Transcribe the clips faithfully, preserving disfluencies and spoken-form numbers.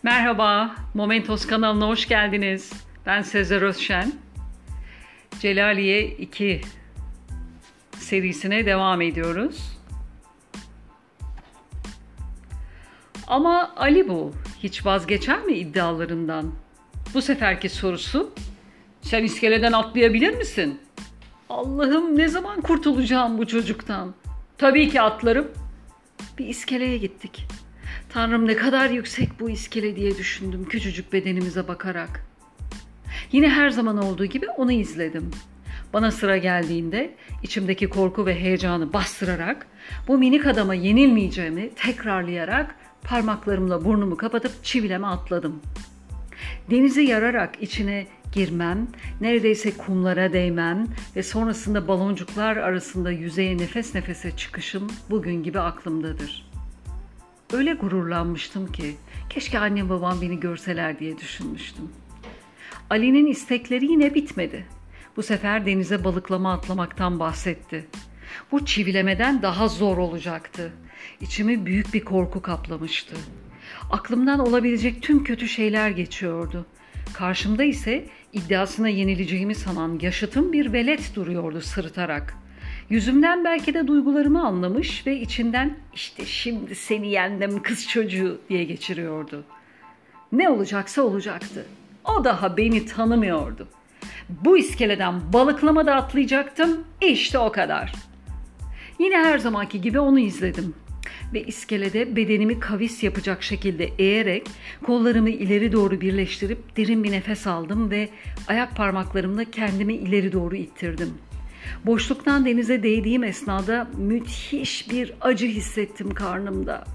Merhaba, Momentos kanalına hoş geldiniz. Ben Sezer Özşen. Celaliye iki serisine devam ediyoruz. Ama Ali bu, hiç vazgeçer mi iddialarından? Bu seferki sorusu, sen iskeleden atlayabilir misin? Allah'ım, ne zaman kurtulacağım bu çocuktan? Tabii ki atlarım. Bir iskeleye gittik. Tanrım, ne kadar yüksek bu iskele diye düşündüm küçücük bedenimize bakarak. Yine her zaman olduğu gibi onu izledim. Bana sıra geldiğinde içimdeki korku ve heyecanı bastırarak bu minik adama yenilmeyeceğimi tekrarlayarak parmaklarımla burnumu kapatıp çivileme atladım. Denizi yararak içine girmem, neredeyse kumlara değmem ve sonrasında baloncuklar arasında yüzeye nefes nefese çıkışım bugün gibi aklımdadır. Öyle gururlanmıştım ki keşke annem babam beni görseler diye düşünmüştüm. Ali'nin istekleri yine bitmedi. Bu sefer denize balıklama atlamaktan bahsetti. Bu çivilemeden daha zor olacaktı. İçimi büyük bir korku kaplamıştı. Aklımdan olabilecek tüm kötü şeyler geçiyordu. Karşımda ise iddiasına yenileceğimi sanan yaşıtım bir velet duruyordu sırıtarak. Yüzümden belki de duygularımı anlamış ve içinden işte şimdi seni yendim kız çocuğu diye geçiriyordu. Ne olacaksa olacaktı. O daha beni tanımıyordu. Bu iskeleden balıklama da atlayacaktım. İşte o kadar. Yine her zamanki gibi onu izledim. Ve iskelede bedenimi kavis yapacak şekilde eğerek kollarımı ileri doğru birleştirip derin bir nefes aldım ve ayak parmaklarımla kendimi ileri doğru ittirdim. Boşluktan denize değdiğim esnada müthiş bir acı hissettim karnımda.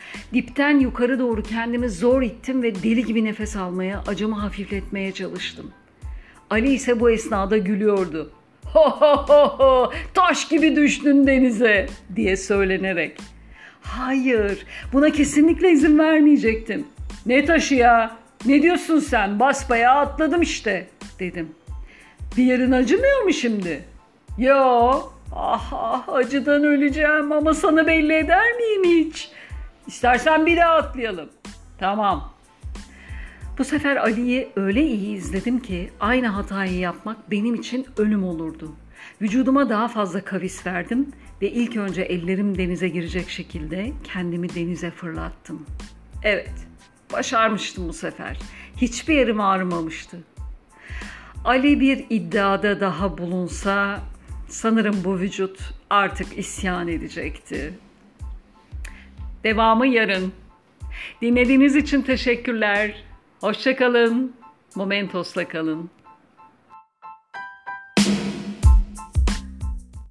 Dipten yukarı doğru kendimi zor ittim ve deli gibi nefes almaya, acımı hafifletmeye çalıştım. Ali ise bu esnada gülüyordu. "Ho ho ho ho, taş gibi düştün denize" diye söylenerek. Hayır, buna kesinlikle izin vermeyecektim. "Ne taşı ya? Ne diyorsun sen? Basbayağı atladım işte" dedim. "Bir yerin acımıyor mu şimdi?" "Yo, ah ah, acıdan öleceğim ama sana belli eder miyim hiç? İstersen bir daha atlayalım." "Tamam." Bu sefer Ali'yi öyle iyi izledim ki aynı hatayı yapmak benim için ölüm olurdu. Vücuduma daha fazla kavis verdim ve ilk önce ellerim denize girecek şekilde kendimi denize fırlattım. Evet, başarmıştım bu sefer. Hiçbir yerim ağrımamıştı. Ali bir iddiada daha bulunsa sanırım bu vücut artık isyan edecekti. Devamı yarın. Dinlediğiniz için teşekkürler. Hoşça kalın. Momentos'la kalın.